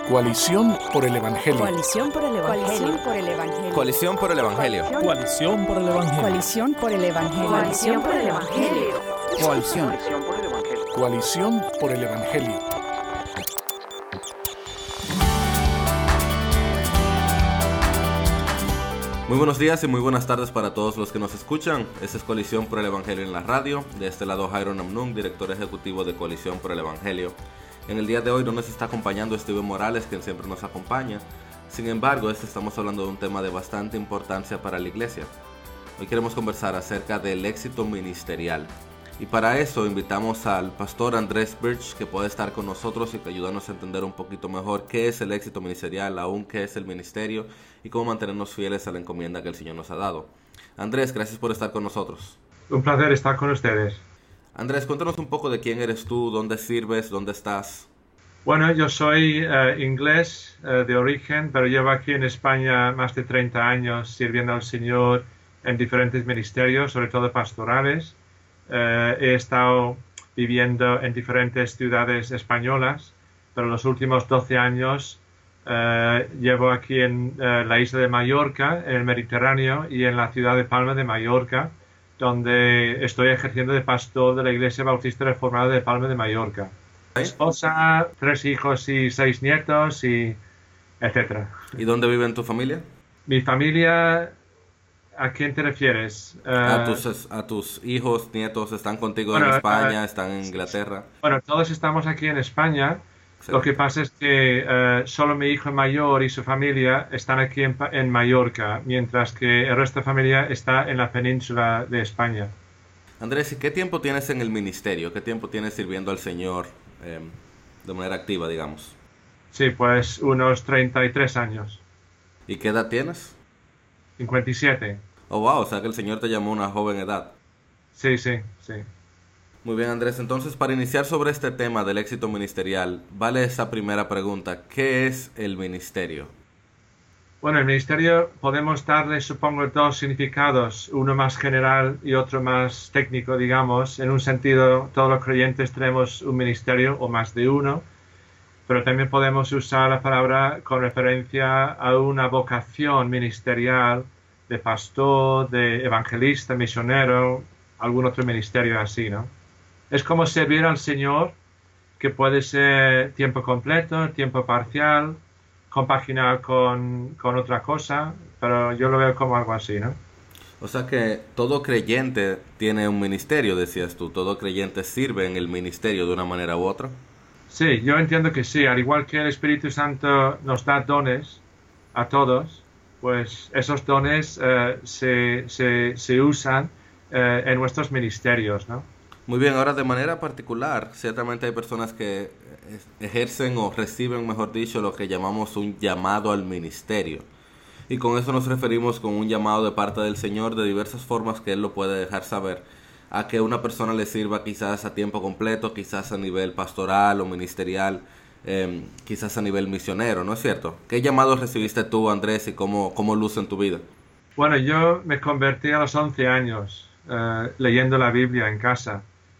Coalición por el Evangelio. Coalición por el Evangelio. Coalición por el Evangelio. Coalición por el Evangelio. Coalición por el Evangelio. Coalición por el Evangelio. Coalición. Coalición por el Evangelio. Muy buenos días y muy buenas tardes para todos los que nos escuchan. Esta es Coalición por el Evangelio en la radio. De este lado, Jairo Namnung, director ejecutivo de Coalición por el Evangelio. En el día de hoy no nos está acompañando Steven Morales, quien siempre nos acompaña. Sin embargo, estamos hablando de un tema de bastante importancia para la iglesia. Hoy queremos conversar acerca del éxito ministerial. Y para eso invitamos al pastor Andrés Birch, que puede estar con nosotros y que ayudarnos a entender un poquito mejor qué es el éxito ministerial, aún qué es el ministerio y cómo mantenernos fieles a la encomienda que el Señor nos ha dado. Andrés, gracias por estar con nosotros. Un placer estar con ustedes. Andrés, cuéntanos un poco de quién eres tú, dónde sirves, dónde estás. Bueno, yo soy inglés de origen, pero llevo aquí en España más de 30 años sirviendo al Señor en diferentes ministerios, sobre todo pastorales. He estado viviendo en diferentes ciudades españolas, pero los últimos 12 años llevo aquí en la isla de Mallorca, en el Mediterráneo, y en la ciudad de Palma de Mallorca, donde estoy ejerciendo de pastor de la Iglesia Bautista Reformada de Palma de Mallorca. Esposa, 3 hijos y 6 nietos, y etcétera. ¿Y dónde vive tu familia? Mi familia, ¿a quién te refieres? A tus hijos, nietos, ¿están contigo en España, están en Inglaterra? Bueno, todos estamos aquí en España. Sí. Lo que pasa es que solo mi hijo mayor y su familia están aquí en Mallorca, mientras que el resto de la familia está en la península de España. Andrés, ¿y qué tiempo tienes en el ministerio? ¿Qué tiempo tienes sirviendo al Señor de manera activa, digamos? Sí, pues unos 33 años. ¿Y qué edad tienes? 57. Oh, wow, o sea que el Señor te llamó a una joven edad. Sí. Muy bien, Andrés. Entonces, para iniciar sobre este tema del éxito ministerial, vale esa primera pregunta. ¿Qué es el ministerio? Bueno, el ministerio podemos darle, supongo, 2 significados. Uno más general y otro más técnico, digamos. En un sentido, todos los creyentes tenemos un ministerio o más de uno. Pero también podemos usar la palabra con referencia a una vocación ministerial de pastor, de evangelista, misionero, algún otro ministerio así, ¿no? Es como servir al Señor, que puede ser tiempo completo, tiempo parcial, compaginar con otra cosa, pero yo lo veo como algo así, ¿no? O sea que todo creyente tiene un ministerio, decías tú. Todo creyente sirve en el ministerio de una manera u otra. Sí, yo entiendo que sí. Al igual que el Espíritu Santo nos da dones a todos, pues esos dones se usan en nuestros ministerios, ¿no? Muy bien, ahora de manera particular, ciertamente hay personas que ejercen o reciben, mejor dicho, lo que llamamos un llamado al ministerio. Y con eso nos referimos con un llamado de parte del Señor de diversas formas que Él lo puede dejar saber, a que una persona le sirva quizás a tiempo completo, quizás a nivel pastoral o ministerial, quizás a nivel misionero, ¿no es cierto? ¿Qué llamado recibiste tú, Andrés, y cómo luce en tu vida? Bueno, yo me convertí a los 11 años leyendo la Biblia en casa.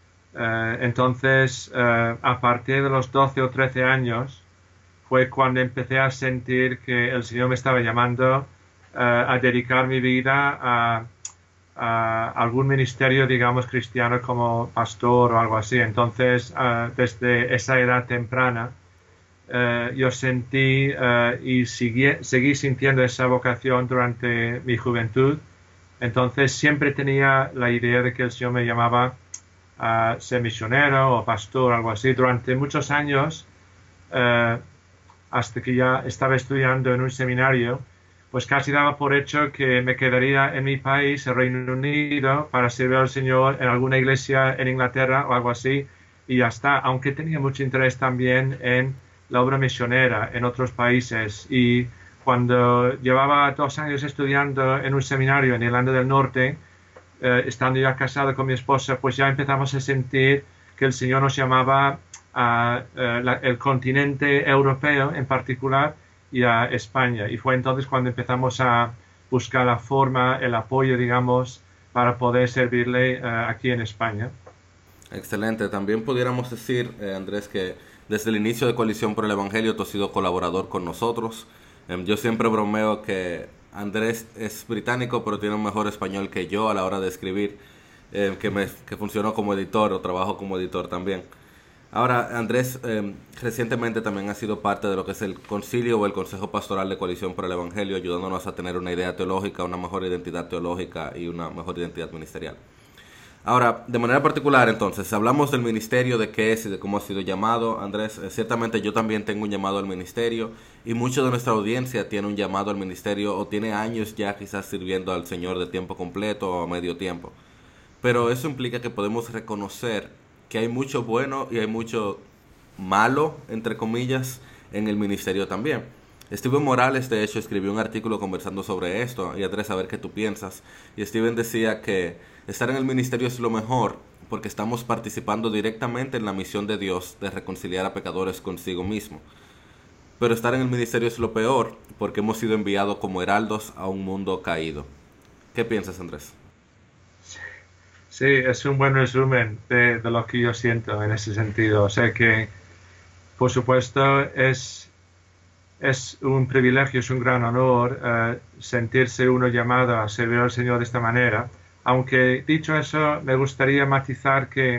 Entonces, a partir de los 12 o 13 años, fue cuando empecé a sentir que el Señor me estaba llamando a dedicar mi vida a algún ministerio, digamos, cristiano como pastor o algo así. Entonces, desde esa edad temprana, yo sentí y seguí sintiendo esa vocación durante mi juventud. Entonces, siempre tenía la idea de que el Señor me llamaba a ser misionero o pastor o algo así. Durante muchos años, hasta que ya estaba estudiando en un seminario, pues casi daba por hecho que me quedaría en mi país, el Reino Unido, para servir al Señor en alguna iglesia en Inglaterra o algo así, y ya está, aunque tenía mucho interés también en la obra misionera en otros países. Y cuando llevaba 2 años estudiando en un seminario en Irlanda del Norte, estando ya casado con mi esposa, pues ya empezamos a sentir que el Señor nos llamaba a el continente europeo en particular, y a España. Y fue entonces cuando empezamos a buscar la forma, el apoyo, digamos, para poder servirle aquí en España. Excelente. También pudiéramos decir, Andrés, que Desde el inicio de Coalición por el Evangelio, tú has sido colaborador con nosotros. Yo siempre bromeo que Andrés es británico, pero tiene un mejor español que yo a la hora de escribir, que funcionó como editor o trabajo como editor también. Ahora, Andrés recientemente también ha sido parte de lo que es el concilio o el consejo pastoral de Coalición por el Evangelio, ayudándonos a tener una idea teológica, una mejor identidad teológica y una mejor identidad ministerial. Ahora, de manera particular, entonces, hablamos del ministerio, de qué es y de cómo ha sido llamado. Andrés, ciertamente yo también tengo un llamado al ministerio y mucho de nuestra audiencia tiene un llamado al ministerio o tiene años ya quizás sirviendo al Señor de tiempo completo o a medio tiempo. Pero eso implica que podemos reconocer que hay mucho bueno y hay mucho malo, entre comillas, en el ministerio también. Steven Morales, de hecho, escribió un artículo conversando sobre esto, y Andrés, a ver qué tú piensas. Y Steven decía que estar en el ministerio es lo mejor porque estamos participando directamente en la misión de Dios de reconciliar a pecadores consigo mismo. Pero estar en el ministerio es lo peor porque hemos sido enviados como heraldos a un mundo caído. ¿Qué piensas, Andrés? Sí, es un buen resumen de lo que yo siento en ese sentido. O sea que, por supuesto, es un privilegio, es un gran honor sentirse uno llamado a servir al Señor de esta manera. Aunque, dicho eso, me gustaría matizar que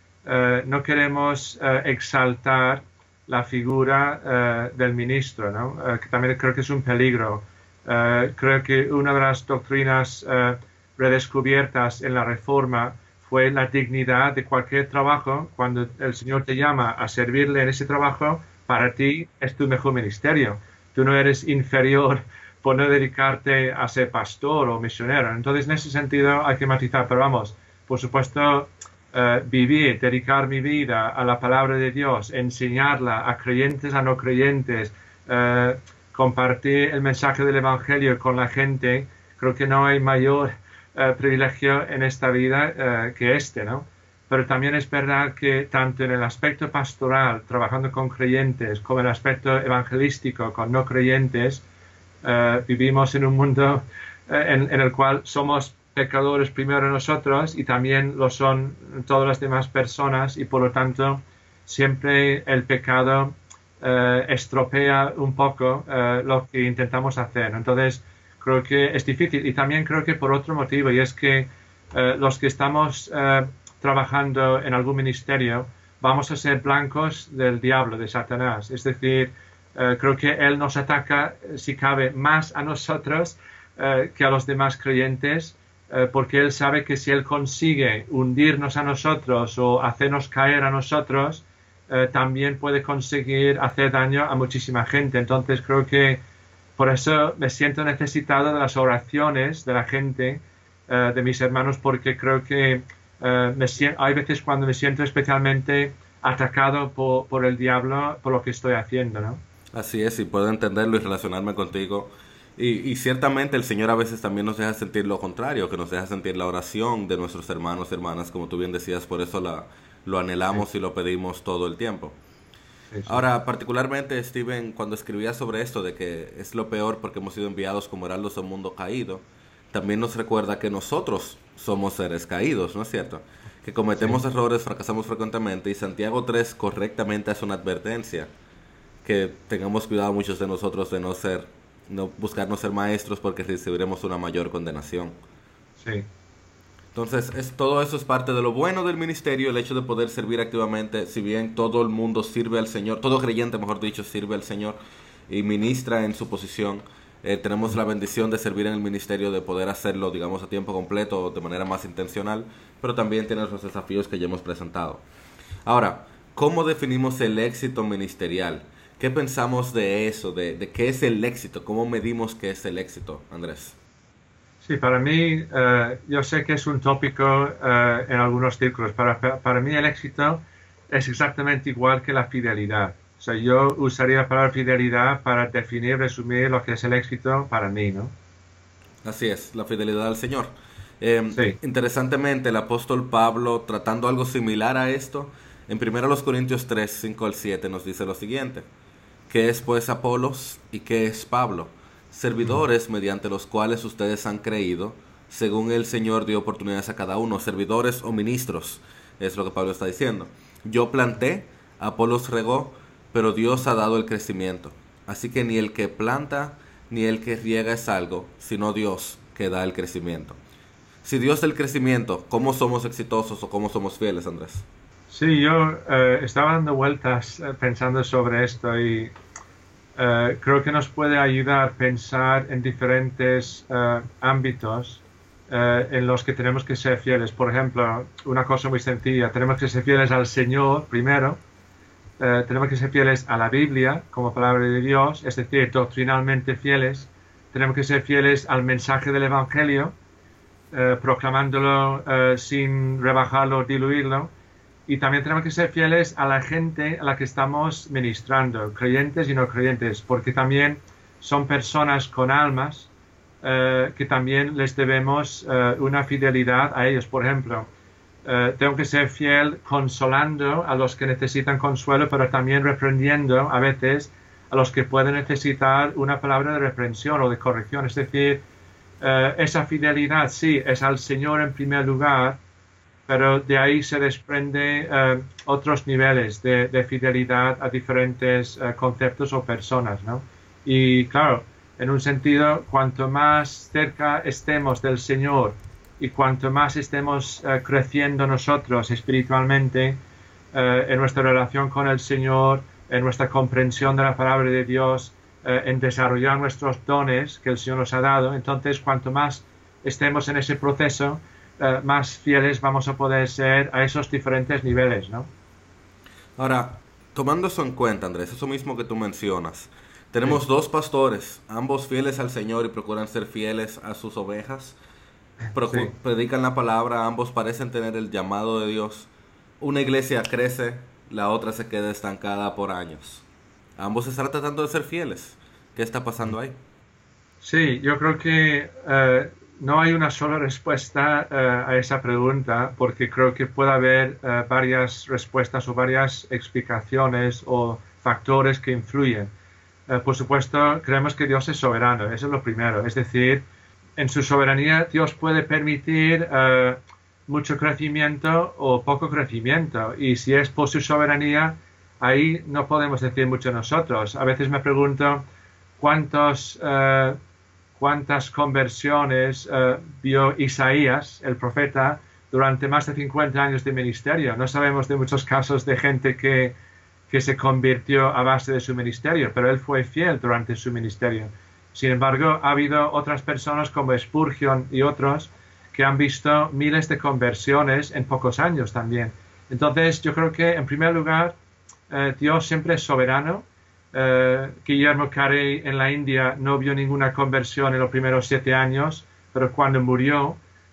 no queremos exaltar la figura del ministro, ¿no? Que también creo que es un peligro. Creo que una de las doctrinas redescubiertas en la Reforma fue la dignidad de cualquier trabajo. Cuando el Señor te llama a servirle en ese trabajo, para ti es tu mejor ministerio. Tú no eres inferior por no dedicarte a ser pastor o misionero. Entonces, en ese sentido hay que matizar, pero vamos, por supuesto, dedicar mi vida a la palabra de Dios, enseñarla a creyentes, a no creyentes, compartir el mensaje del Evangelio con la gente. Creo que no hay mayor privilegio en esta vida que este, ¿no? Pero también es verdad que tanto en el aspecto pastoral, trabajando con creyentes, como en el aspecto evangelístico con no creyentes, vivimos en un mundo en el cual somos pecadores primero nosotros y también lo son todas las demás personas, y por lo tanto siempre el pecado estropea un poco lo que intentamos hacer. Entonces creo que es difícil, y también creo que por otro motivo, y es que los que estamos trabajando en algún ministerio vamos a ser blancos del diablo, de Satanás. Es decir, creo que él nos ataca, si cabe, más a nosotros que a los demás creyentes, porque él sabe que si él consigue hundirnos a nosotros o hacernos caer a nosotros, también puede conseguir hacer daño a muchísima gente. Entonces creo que por eso me siento necesitado de las oraciones de la gente, de mis hermanos, porque creo que hay veces cuando me siento especialmente atacado por el diablo por lo que estoy haciendo, ¿no? Así es, y puedo entenderlo y relacionarme contigo. Y ciertamente el Señor a veces también nos deja sentir lo contrario, que nos deja sentir la oración de nuestros hermanos y hermanas, como tú bien decías, por eso lo anhelamos, sí, y lo pedimos todo el tiempo. Sí, sí. Ahora, particularmente, Steven, cuando escribía sobre esto de que es lo peor porque hemos sido enviados como heraldos a un mundo caído, también nos recuerda que nosotros somos seres caídos, ¿no es cierto? Que cometemos errores, fracasamos frecuentemente, y Santiago 3 correctamente hace una advertencia, que tengamos cuidado muchos de nosotros de no buscarnos ser maestros, porque recibiremos una mayor condenación. Sí. Entonces, todo eso es parte de lo bueno del ministerio, el hecho de poder servir activamente. Si bien todo el mundo sirve al Señor, todo creyente, mejor dicho, sirve al Señor y ministra en su posición, tenemos la bendición de servir en el ministerio, de poder hacerlo, digamos, a tiempo completo, de manera más intencional, pero también tiene los desafíos que ya hemos presentado. Ahora, ¿cómo definimos el éxito ministerial? ¿Qué pensamos de eso? ¿De qué es el éxito? ¿Cómo medimos qué es el éxito, Andrés? Sí, para mí, yo sé que es un tópico en algunos círculos. Para mí el éxito es exactamente igual que la fidelidad. O sea, yo usaría la palabra fidelidad para definir, resumir lo que es el éxito para mí, ¿no? Así es, la fidelidad al Señor. Sí. Interesantemente, el apóstol Pablo, tratando algo similar a esto, en 1 Corintios 3, 5 al 7, nos dice lo siguiente: ¿qué es pues Apolos y qué es Pablo? Servidores mediante los cuales ustedes han creído, según el Señor dio oportunidades a cada uno. Servidores o ministros, es lo que Pablo está diciendo. Yo planté, Apolos regó, pero Dios ha dado el crecimiento. Así que ni el que planta ni el que riega es algo, sino Dios que da el crecimiento. Si Dios da el crecimiento, ¿cómo somos exitosos o cómo somos fieles, Andrés? Sí, yo estaba dando vueltas pensando sobre esto y creo que nos puede ayudar a pensar en diferentes ámbitos en los que tenemos que ser fieles. Por ejemplo, una cosa muy sencilla, tenemos que ser fieles al Señor primero, tenemos que ser fieles a la Biblia como palabra de Dios, es decir, doctrinalmente fieles, tenemos que ser fieles al mensaje del Evangelio, proclamándolo sin rebajarlo o diluirlo, y también tenemos que ser fieles a la gente a la que estamos ministrando, creyentes y no creyentes, porque también son personas con almas que también les debemos una fidelidad a ellos. Por ejemplo, tengo que ser fiel consolando a los que necesitan consuelo, pero también reprendiendo a veces a los que pueden necesitar una palabra de reprensión o de corrección. Es decir, esa fidelidad sí es al Señor en primer lugar, pero de ahí se desprende otros niveles de fidelidad a diferentes conceptos o personas, ¿no? Y claro, en un sentido, cuanto más cerca estemos del Señor y cuanto más estemos creciendo nosotros espiritualmente en nuestra relación con el Señor, en nuestra comprensión de la palabra de Dios, en desarrollar nuestros dones que el Señor nos ha dado, entonces cuanto más estemos en ese proceso, más fieles vamos a poder ser a esos diferentes niveles, ¿no? Ahora, tomando eso en cuenta, Andrés, eso mismo que tú mencionas, tenemos dos pastores, ambos fieles al Señor y procuran ser fieles a sus ovejas, predican la palabra, ambos parecen tener el llamado de Dios. Una iglesia crece, la otra se queda estancada por años. Ambos están tratando de ser fieles. ¿Qué está pasando ahí? Sí, yo creo que no hay una sola respuesta a esa pregunta, porque creo que puede haber varias respuestas o varias explicaciones o factores que influyen. Por supuesto, creemos que Dios es soberano, eso es lo primero. Es decir, en su soberanía Dios puede permitir mucho crecimiento o poco crecimiento. Y si es por su soberanía, ahí no podemos decir mucho nosotros. A veces me pregunto cuántas conversiones vio Isaías, el profeta, durante más de 50 años de ministerio. No sabemos de muchos casos de gente que se convirtió a base de su ministerio, pero él fue fiel durante su ministerio. Sin embargo, ha habido otras personas como Spurgeon y otros que han visto miles de conversiones en pocos años también. Entonces, yo creo que, en primer lugar, Dios siempre es soberano. Guillermo Carey en la India no vio ninguna conversión en los primeros 7 años, pero cuando murió,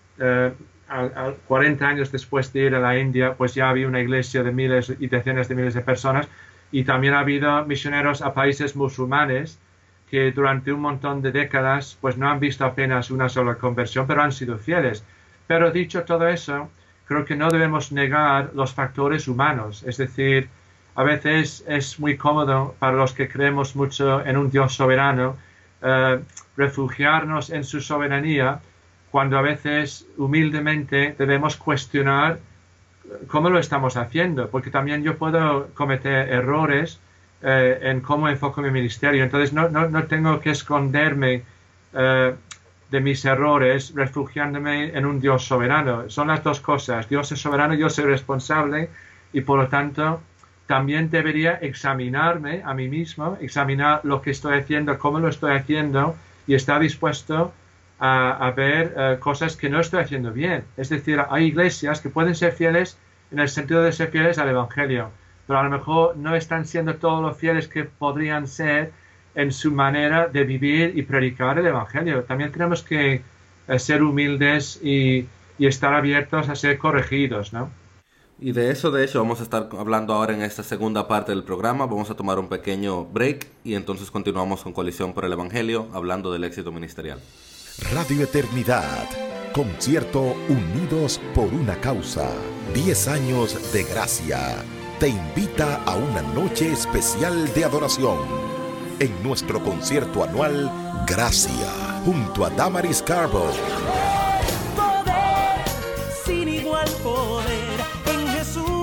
40 años después de ir a la India, pues ya había una iglesia de miles y decenas de miles de personas, y también ha habido misioneros a países musulmanes que durante un montón de décadas pues no han visto apenas una sola conversión, pero han sido fieles. Pero dicho todo eso, creo que no debemos negar los factores humanos. Es decir, a veces es muy cómodo para los que creemos mucho en un Dios soberano refugiarnos en su soberanía, cuando a veces humildemente debemos cuestionar cómo lo estamos haciendo, porque también yo puedo cometer errores en cómo enfoco mi ministerio. Entonces no tengo que esconderme de mis errores refugiándome en un Dios soberano. Son las dos cosas. Dios es soberano, yo soy responsable, y por lo tanto también debería examinarme a mí mismo, examinar lo que estoy haciendo, cómo lo estoy haciendo, y estar dispuesto a ver cosas que no estoy haciendo bien. Es decir, hay iglesias que pueden ser fieles en el sentido de ser fieles al Evangelio, pero a lo mejor no están siendo todos los fieles que podrían ser en su manera de vivir y predicar el Evangelio. También tenemos que ser humildes y estar abiertos a ser corregidos, ¿no? Y de eso, de hecho, vamos a estar hablando ahora en esta segunda parte del programa. Vamos a tomar un pequeño break y entonces continuamos con Coalición por el Evangelio, hablando del éxito ministerial. Radio Eternidad, concierto Unidos por una Causa, 10 años de gracia. Te invita a una noche especial de adoración en nuestro concierto anual Gracia, junto a Damaris Carbo. Poder, sin igual poder, en Jesús.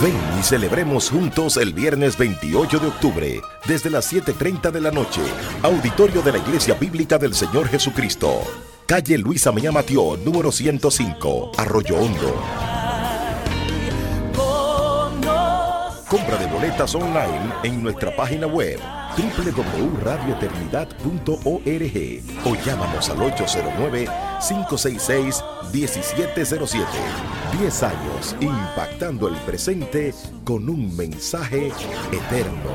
Ven y celebremos juntos el viernes 28 de octubre, desde las 7:30 de la noche. Auditorio de la Iglesia Bíblica del Señor Jesucristo. Calle Luis Amiá Matió, número 105, Arroyo Hondo. Compra de boletas online en nuestra página web www.radioeternidad.org o llámanos al 809-566-1707. 10 años impactando el presente con un mensaje eterno.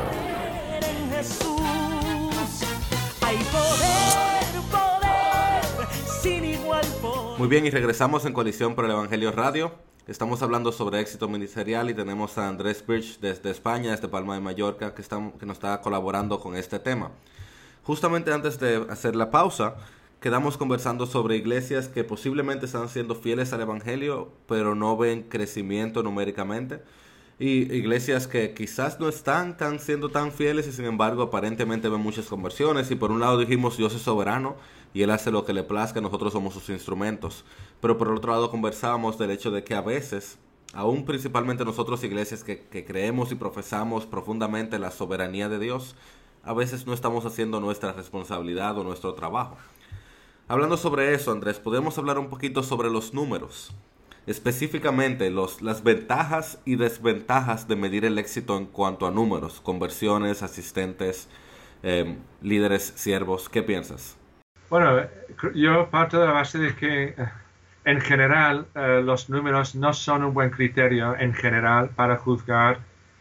Muy bien, y regresamos en Coalición por el Evangelio Radio. Estamos hablando sobre éxito ministerial y tenemos a Andrés Birch desde España, desde Palma de Mallorca, que nos está colaborando con este tema. Justamente antes de hacer la pausa, quedamos conversando sobre iglesias que posiblemente están siendo fieles al Evangelio, pero no ven crecimiento numéricamente. Y iglesias que quizás no están siendo tan fieles y sin embargo aparentemente ven muchas conversiones. Y por un lado dijimos, Dios es soberano y Él hace lo que le plazca, nosotros somos sus instrumentos. Pero por el otro lado conversábamos del hecho de que a veces, aún principalmente nosotros iglesias que creemos y profesamos profundamente la soberanía de Dios, a veces no estamos haciendo nuestra responsabilidad o nuestro trabajo. Hablando sobre eso, Andrés, ¿podemos hablar un poquito sobre los números? Específicamente las ventajas y desventajas de medir el éxito en cuanto a números, conversiones, asistentes, líderes, siervos. ¿Qué piensas? Bueno, yo parto de la base de que en general los números no son un buen criterio en general para juzgar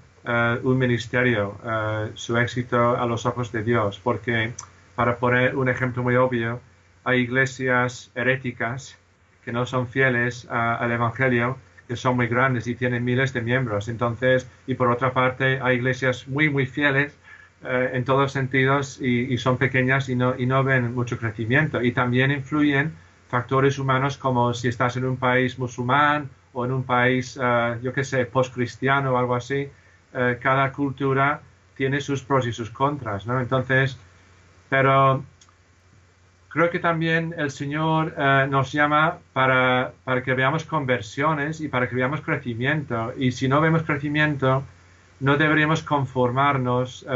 un ministerio, su éxito a los ojos de Dios, porque para poner un ejemplo muy obvio, hay iglesias heréticas que no son fieles al Evangelio, que son muy grandes y tienen miles de miembros. Entonces, y por otra parte, hay iglesias muy, muy fieles en todos sentidos y son pequeñas y no ven mucho crecimiento. Y también influyen factores humanos como si estás en un país musulmán o en un país, yo qué sé, postcristiano o algo así. Cada cultura tiene sus pros y sus contras, ¿no? Entonces, pero creo que también el Señor nos llama para que veamos conversiones y para que veamos crecimiento. Y si no vemos crecimiento, no deberíamos conformarnos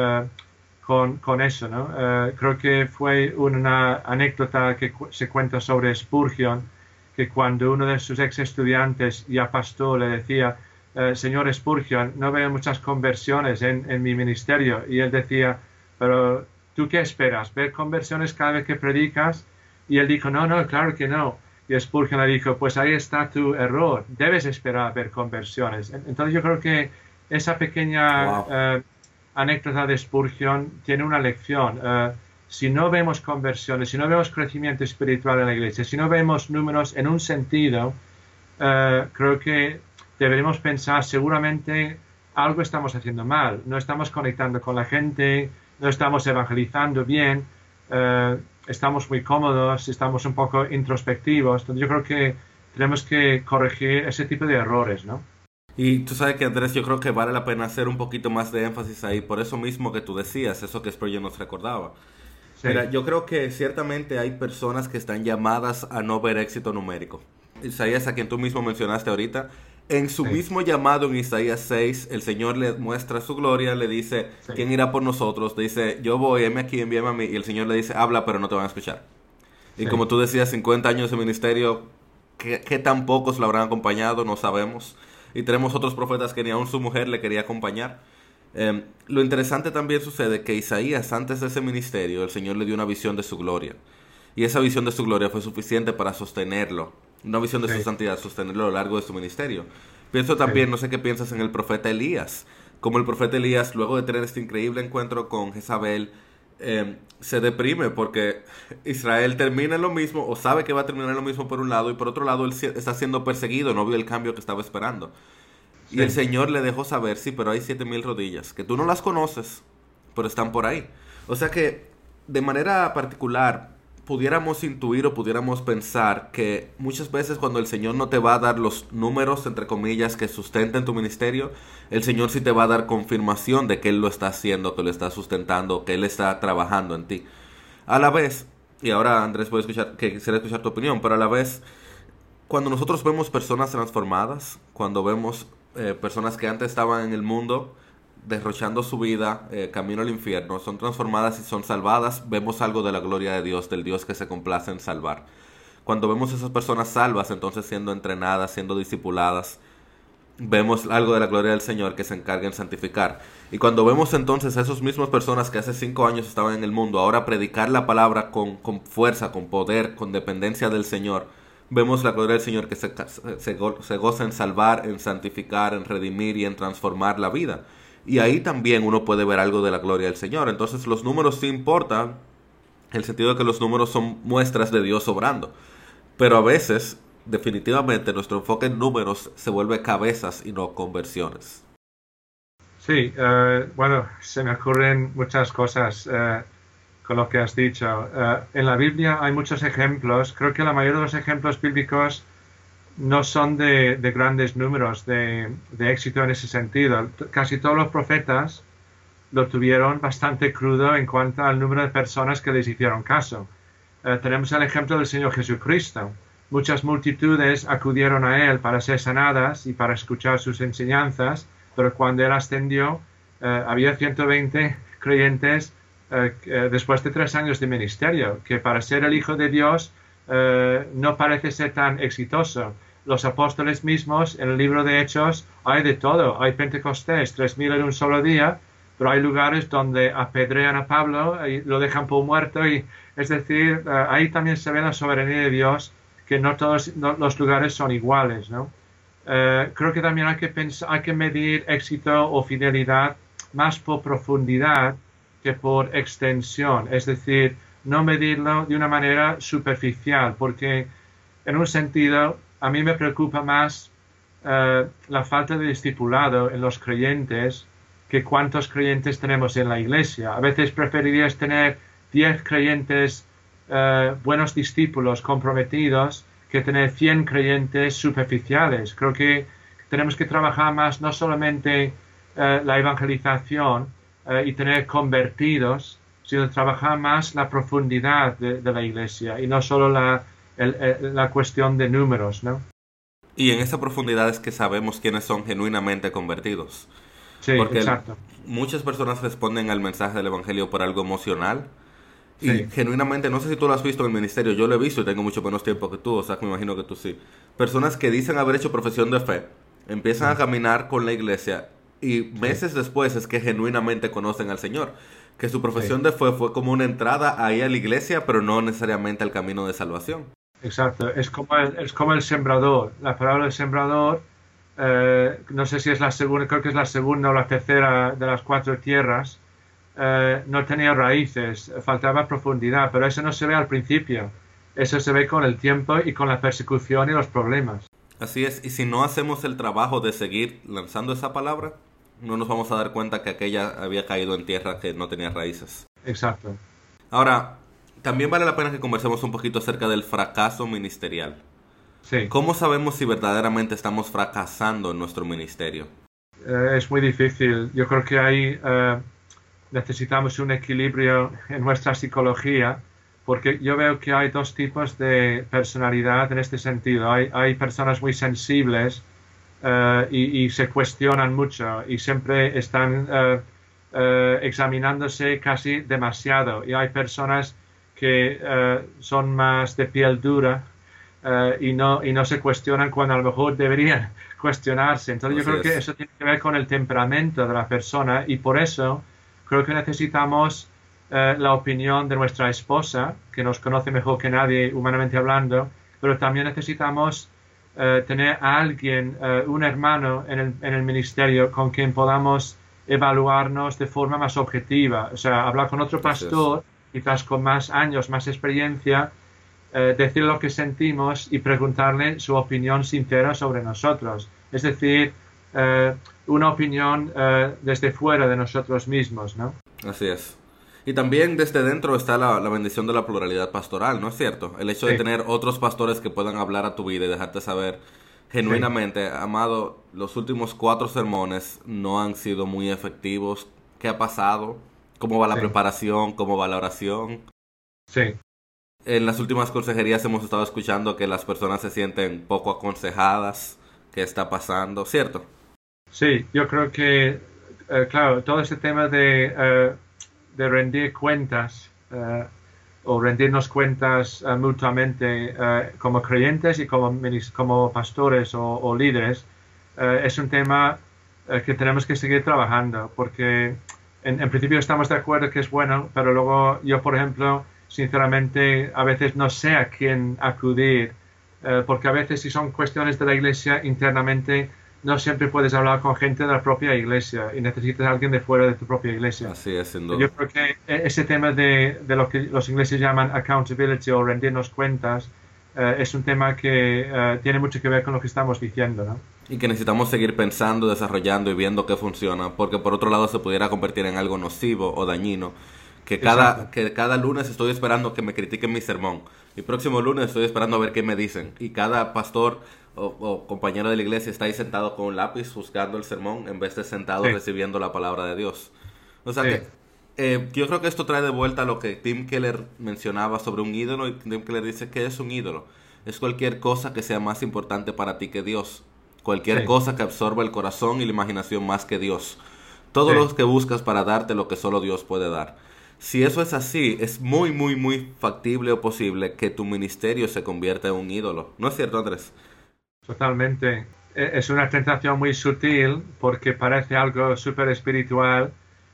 con eso, ¿no? Creo que fue una anécdota que se cuenta sobre Spurgeon, que cuando uno de sus ex estudiantes, ya pastor, le decía, señor Spurgeon, no veo muchas conversiones en mi ministerio. Y él decía, pero ¿tú qué esperas? ¿Ver conversiones cada vez que predicas? Y él dijo, no, claro que no. Y Spurgeon le dijo, pues ahí está tu error. Debes esperar ver conversiones. Entonces yo creo que esa pequeña anécdota de Spurgeon tiene una lección. Si no vemos conversiones, si no vemos crecimiento espiritual en la iglesia, si no vemos números en un sentido, creo que deberíamos pensar seguramente algo estamos haciendo mal. No estamos conectando con la gente, no estamos evangelizando bien, estamos muy cómodos, estamos un poco introspectivos. Entonces yo creo que tenemos que corregir ese tipo de errores, ¿no? Y tú sabes que, Andrés, yo creo que vale la pena hacer un poquito más de énfasis ahí, por eso mismo que tú decías, eso que Spurgeon nos recordaba. Sí. Mira, yo creo que ciertamente hay personas que están llamadas a no ver éxito numérico. Isaías, a quien tú mismo mencionaste ahorita, en su mismo llamado en Isaías 6, el Señor le muestra su gloria, le dice, ¿quién irá por nosotros? Dice, yo voy, heme aquí, envíame a mí. Y el Señor le dice, habla, pero no te van a escuchar. Y como tú decías, 50 años de ministerio, ¿qué tan pocos lo habrán acompañado? No sabemos. Y tenemos otros profetas que ni aún su mujer le quería acompañar. Lo interesante también sucede que Isaías, antes de ese ministerio, el Señor le dio una visión de su gloria. Y esa visión de su gloria fue suficiente para sostenerlo. Una visión de su santidad, sostenerlo a lo largo de su ministerio. Pienso también, no sé qué piensas en el profeta Elías. Como el profeta Elías, luego de tener este increíble encuentro con Jezabel, se deprime porque Israel termina en lo mismo, o sabe que va a terminar en lo mismo por un lado, y por otro lado él está siendo perseguido, no vio el cambio que estaba esperando. Y el Señor le dejó saber, sí, pero hay 7,000 rodillas, que tú no las conoces, pero están por ahí. O sea que, de manera particular, pudiéramos intuir o pudiéramos pensar que muchas veces cuando el Señor no te va a dar los números, entre comillas, que sustenten tu ministerio, el Señor sí te va a dar confirmación de que Él lo está haciendo, que lo está sustentando, que Él está trabajando en ti. A la vez, y ahora Andrés quisiera escuchar tu opinión, pero a la vez, cuando nosotros vemos personas transformadas, cuando vemos personas que antes estaban en el mundo derrochando su vida, camino al infierno, son transformadas y son salvadas. Vemos algo de la gloria de Dios, del Dios que se complace en salvar. Cuando vemos a esas personas salvas, entonces siendo entrenadas, siendo discipuladas, vemos algo de la gloria del Señor que se encarga en santificar. Y cuando vemos entonces a esas mismas personas que hace 5 años estaban en el mundo, ahora predicar la palabra con fuerza, con poder, con dependencia del Señor, vemos la gloria del Señor que se goza en salvar, en santificar, en redimir y en transformar la vida. Y ahí también uno puede ver algo de la gloria del Señor. Entonces los números sí importan, en el sentido de que los números son muestras de Dios obrando. Pero a veces, definitivamente, nuestro enfoque en números se vuelve cabezas y no conversiones. Sí, bueno, se me ocurren muchas cosas con lo que has dicho. En la Biblia hay muchos ejemplos. Creo que la mayoría de los ejemplos bíblicos no son de grandes números, de éxito en ese sentido. Casi todos los profetas lo tuvieron bastante crudo en cuanto al número de personas que les hicieron caso. Tenemos el ejemplo del Señor Jesucristo. Muchas multitudes acudieron a Él para ser sanadas y para escuchar sus enseñanzas, pero cuando Él ascendió, había 120 creyentes después de 3 años de ministerio, que para ser el Hijo de Dios no parece ser tan exitoso. Los apóstoles mismos, en el libro de Hechos, hay de todo. Hay Pentecostés, 3.000 en un solo día, pero hay lugares donde apedrean a Pablo y lo dejan por muerto. Y, es decir, ahí también se ve la soberanía de Dios, que no todos los lugares son iguales, ¿no? Creo que también hay que medir éxito o fidelidad más por profundidad que por extensión. Es decir, no medirlo de una manera superficial, porque en un sentido a mí me preocupa más la falta de discipulado en los creyentes que cuántos creyentes tenemos en la iglesia. A veces preferirías tener 10 creyentes buenos discípulos comprometidos que tener 100 creyentes superficiales. Creo que tenemos que trabajar más no solamente la evangelización y tener convertidos, sino trabajar más la profundidad de la iglesia y no solo la cuestión de números, ¿no? Y en esa profundidad es que sabemos quiénes son genuinamente convertidos. Sí, porque exacto. Muchas personas responden al mensaje del Evangelio por algo emocional. Y Sí. genuinamente, no sé si tú lo has visto en el ministerio, yo lo he visto y tengo mucho menos tiempo que tú, o sea que me imagino que tú sí. Personas que dicen haber hecho profesión de fe, empiezan a caminar con la iglesia y meses después es que genuinamente conocen al Señor. Que su profesión de fe fue como una entrada ahí a la iglesia, pero no necesariamente al camino de salvación. Exacto, es como el sembrador. La palabra del sembrador, no sé si es la segunda, creo que es la segunda o la tercera de las 4 tierras, no tenía raíces, faltaba profundidad, pero eso no se ve al principio. Eso se ve con el tiempo y con la persecución y los problemas. Así es, y si no hacemos el trabajo de seguir lanzando esa palabra, no nos vamos a dar cuenta que aquella había caído en tierra que no tenía raíces. Exacto. Ahora, también vale la pena que conversemos un poquito acerca del fracaso ministerial. Sí. ¿Cómo sabemos si verdaderamente estamos fracasando en nuestro ministerio? Es muy difícil. Yo creo que ahí necesitamos un equilibrio en nuestra psicología, porque yo veo que hay 2 tipos de personalidad en este sentido. Hay personas muy sensibles y se cuestionan mucho y siempre están examinándose casi demasiado. Y hay personas que son más de piel dura y no se cuestionan cuando a lo mejor deberían cuestionarse. Entonces yo creo que eso tiene que ver con el temperamento de la persona y por eso creo que necesitamos la opinión de nuestra esposa, que nos conoce mejor que nadie humanamente hablando, pero también necesitamos tener a alguien, un hermano en el ministerio con quien podamos evaluarnos de forma más objetiva. O sea, hablar con otro pastor, quizás con más años, más experiencia, decir lo que sentimos y preguntarle su opinión sincera sobre nosotros. Es decir, una opinión desde fuera de nosotros mismos, ¿no? Así es. Y también desde dentro está la bendición de la pluralidad pastoral, ¿no es cierto? El hecho de tener otros pastores que puedan hablar a tu vida y dejarte saber genuinamente, amado, los últimos 4 sermones no han sido muy efectivos. ¿Qué ha pasado? ¿Cómo va la preparación? ¿Cómo va la oración? Sí. En las últimas consejerías hemos estado escuchando que las personas se sienten poco aconsejadas. ¿Qué está pasando? ¿Cierto? Sí, yo creo que, claro, todo este tema de rendir cuentas o rendirnos cuentas mutuamente como creyentes y como pastores o líderes es un tema que tenemos que seguir trabajando porque en principio estamos de acuerdo que es bueno, pero luego yo, por ejemplo, sinceramente a veces no sé a quién acudir porque a veces si son cuestiones de la iglesia internamente no siempre puedes hablar con gente de la propia iglesia y necesitas a alguien de fuera de tu propia iglesia. Así es, sin duda. Yo creo que ese tema de lo que los ingleses llaman accountability o rendirnos cuentas es un tema que tiene mucho que ver con lo que estamos diciendo, ¿no? Y que necesitamos seguir pensando, desarrollando y viendo qué funciona, porque por otro lado se pudiera convertir en algo nocivo o dañino, que cada lunes estoy esperando que me critiquen mi sermón, y próximo lunes estoy esperando a ver qué me dicen, y cada pastor o compañero de la iglesia está ahí sentado con un lápiz buscando el sermón en vez de sentado recibiendo la palabra de Dios. O sea que yo creo que esto trae de vuelta lo que Tim Keller mencionaba sobre un ídolo, y Tim Keller dice que es un ídolo. Es cualquier cosa que sea más importante para ti que Dios. Cualquier cosa que absorba el corazón y la imaginación más que Dios. Todo lo que buscas para darte lo que solo Dios puede dar. Si eso es así, es muy, muy, muy factible o posible que tu ministerio se convierta en un ídolo. ¿No es cierto, Andrés? Totalmente. Es una tentación muy sutil porque parece algo súper espiritual,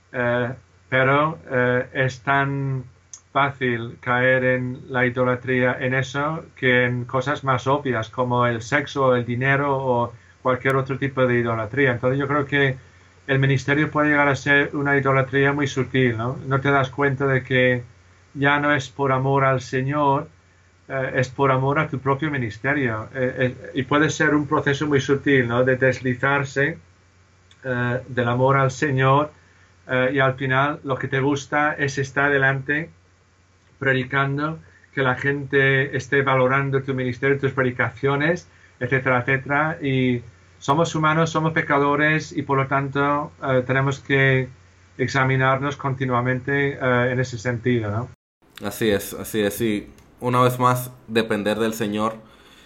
pero es tan fácil caer en la idolatría en eso que en cosas más obvias como el sexo, el dinero o cualquier otro tipo de idolatría. Entonces yo creo que el ministerio puede llegar a ser una idolatría muy sutil, ¿no? No te das cuenta de que ya no es por amor al Señor, es por amor a tu propio ministerio. Y puede ser un proceso muy sutil, ¿no? De deslizarse del amor al Señor y al final lo que te gusta es estar delante predicando, que la gente esté valorando tu ministerio, tus predicaciones, etcétera, etcétera. Y somos humanos, somos pecadores y por lo tanto tenemos que examinarnos continuamente en ese sentido, ¿no? Así es, y una vez más depender del Señor,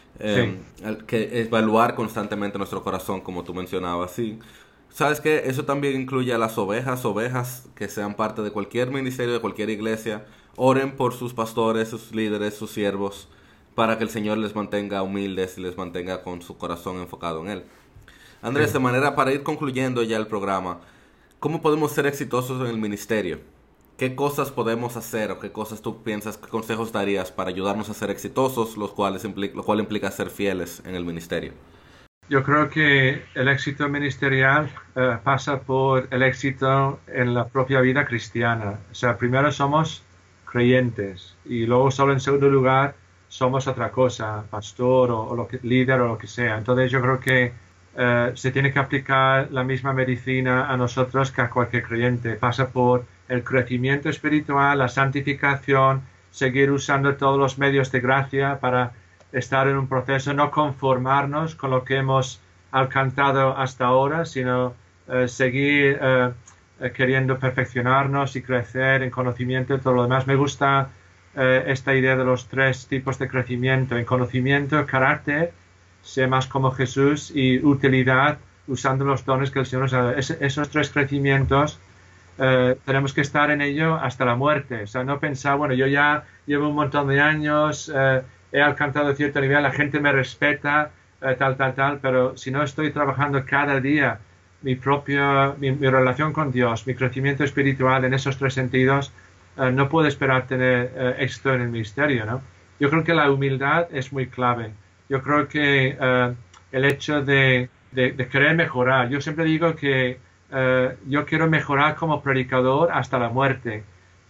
que evaluar constantemente nuestro corazón, como tú mencionabas, sí. ¿Sabes qué? Eso también incluye a las ovejas que sean parte de cualquier ministerio, de cualquier iglesia. Oren por sus pastores, sus líderes, sus siervos, para que el Señor les mantenga humildes y les mantenga con su corazón enfocado en Él. Andrés, de manera para ir concluyendo ya el programa, ¿cómo podemos ser exitosos en el ministerio? ¿Qué cosas podemos hacer o qué cosas tú piensas, qué consejos darías para ayudarnos a ser exitosos, lo cual implica ser fieles en el ministerio? Yo creo que el éxito ministerial pasa por el éxito en la propia vida cristiana. O sea, primero somos creyentes y luego solo en segundo lugar somos otra cosa, pastor o líder o lo que sea. Entonces yo creo que se tiene que aplicar la misma medicina a nosotros que a cualquier creyente. Pasa por el crecimiento espiritual, la santificación, seguir usando todos los medios de gracia para estar en un proceso, no conformarnos con lo que hemos alcanzado hasta ahora, sino seguir queriendo perfeccionarnos y crecer en conocimiento y todo lo demás. Me gusta esta idea de los 3 tipos de crecimiento: en conocimiento, carácter, sé más como Jesús, y utilidad, usando los dones que el Señor nos ha dado. Esos 3 crecimientos tenemos que estar en ello hasta la muerte. O sea, no pensar, bueno, yo ya llevo un montón de años, he alcanzado cierto nivel, la gente me respeta, tal, pero si no estoy trabajando cada día mi relación con Dios, mi crecimiento espiritual en esos 3 sentidos, no puedo esperar tener éxito en el ministerio, ¿no? Yo creo que la humildad es muy clave. Yo creo que el hecho de querer mejorar, yo siempre digo que yo quiero mejorar como predicador hasta la muerte.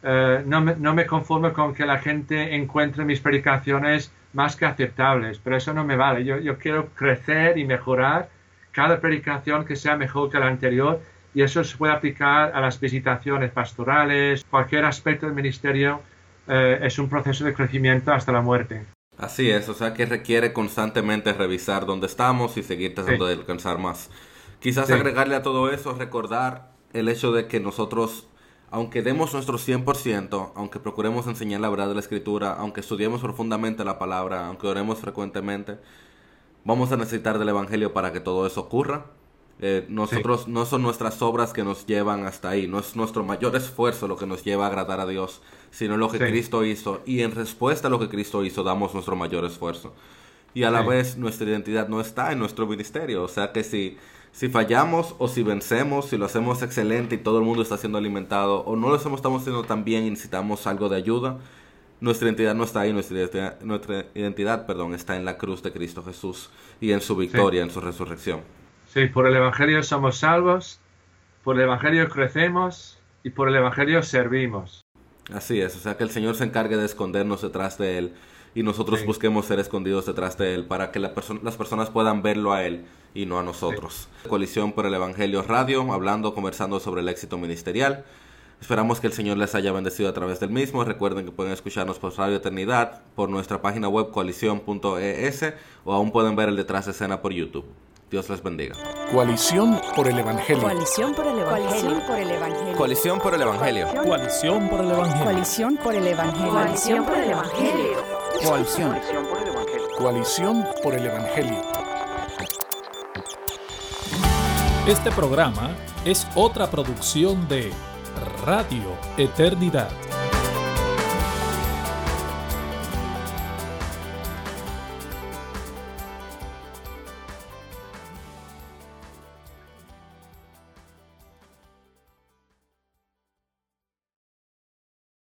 No me conformo con que la gente encuentre mis predicaciones más que aceptables, pero eso no me vale. Yo quiero crecer y mejorar cada predicación que sea mejor que la anterior, y eso se puede aplicar a las visitaciones pastorales, cualquier aspecto del ministerio. Es un proceso de crecimiento hasta la muerte. Así es, o sea que requiere constantemente revisar dónde estamos y seguir tratando de alcanzar más. Quizás agregarle a todo eso, recordar el hecho de que nosotros, aunque demos nuestro 100%, aunque procuremos enseñar la verdad de la Escritura, aunque estudiemos profundamente la palabra, aunque oremos frecuentemente, vamos a necesitar del Evangelio para que todo eso ocurra. Nosotros no son nuestras obras que nos llevan hasta ahí, no es nuestro mayor esfuerzo lo que nos lleva a agradar a Dios, sino lo que Cristo hizo, y en respuesta a lo que Cristo hizo damos nuestro mayor esfuerzo. Y a la vez nuestra identidad no está en nuestro ministerio, o sea que si fallamos o si vencemos, si lo hacemos excelente y todo el mundo está siendo alimentado, o no lo estamos haciendo tan bien y necesitamos algo de ayuda, nuestra identidad no está ahí, nuestra identidad está en la cruz de Cristo Jesús y en su victoria, en su resurrección. Sí, por el Evangelio somos salvos, por el Evangelio crecemos y por el Evangelio servimos. Así es, o sea que el Señor se encargue de escondernos detrás de Él y nosotros busquemos ser escondidos detrás de Él para que las personas puedan verlo a Él y no a nosotros. Coalición por el Evangelio Radio, conversando sobre el éxito ministerial. Esperamos que el Señor les haya bendecido a través del mismo. Recuerden que pueden escucharnos por Radio Eternidad, por nuestra página web coalición.es, o aún pueden ver el detrás de escena por YouTube. Dios les bendiga. Coalición por el Evangelio. Coalición por el Evangelio. Coalición por el Evangelio. Coalición por el Evangelio. Coalición por el Evangelio. Coalición por el Evangelio. Coalición. Coalición por el Evangelio. Este programa es otra producción de Radio Eternidad.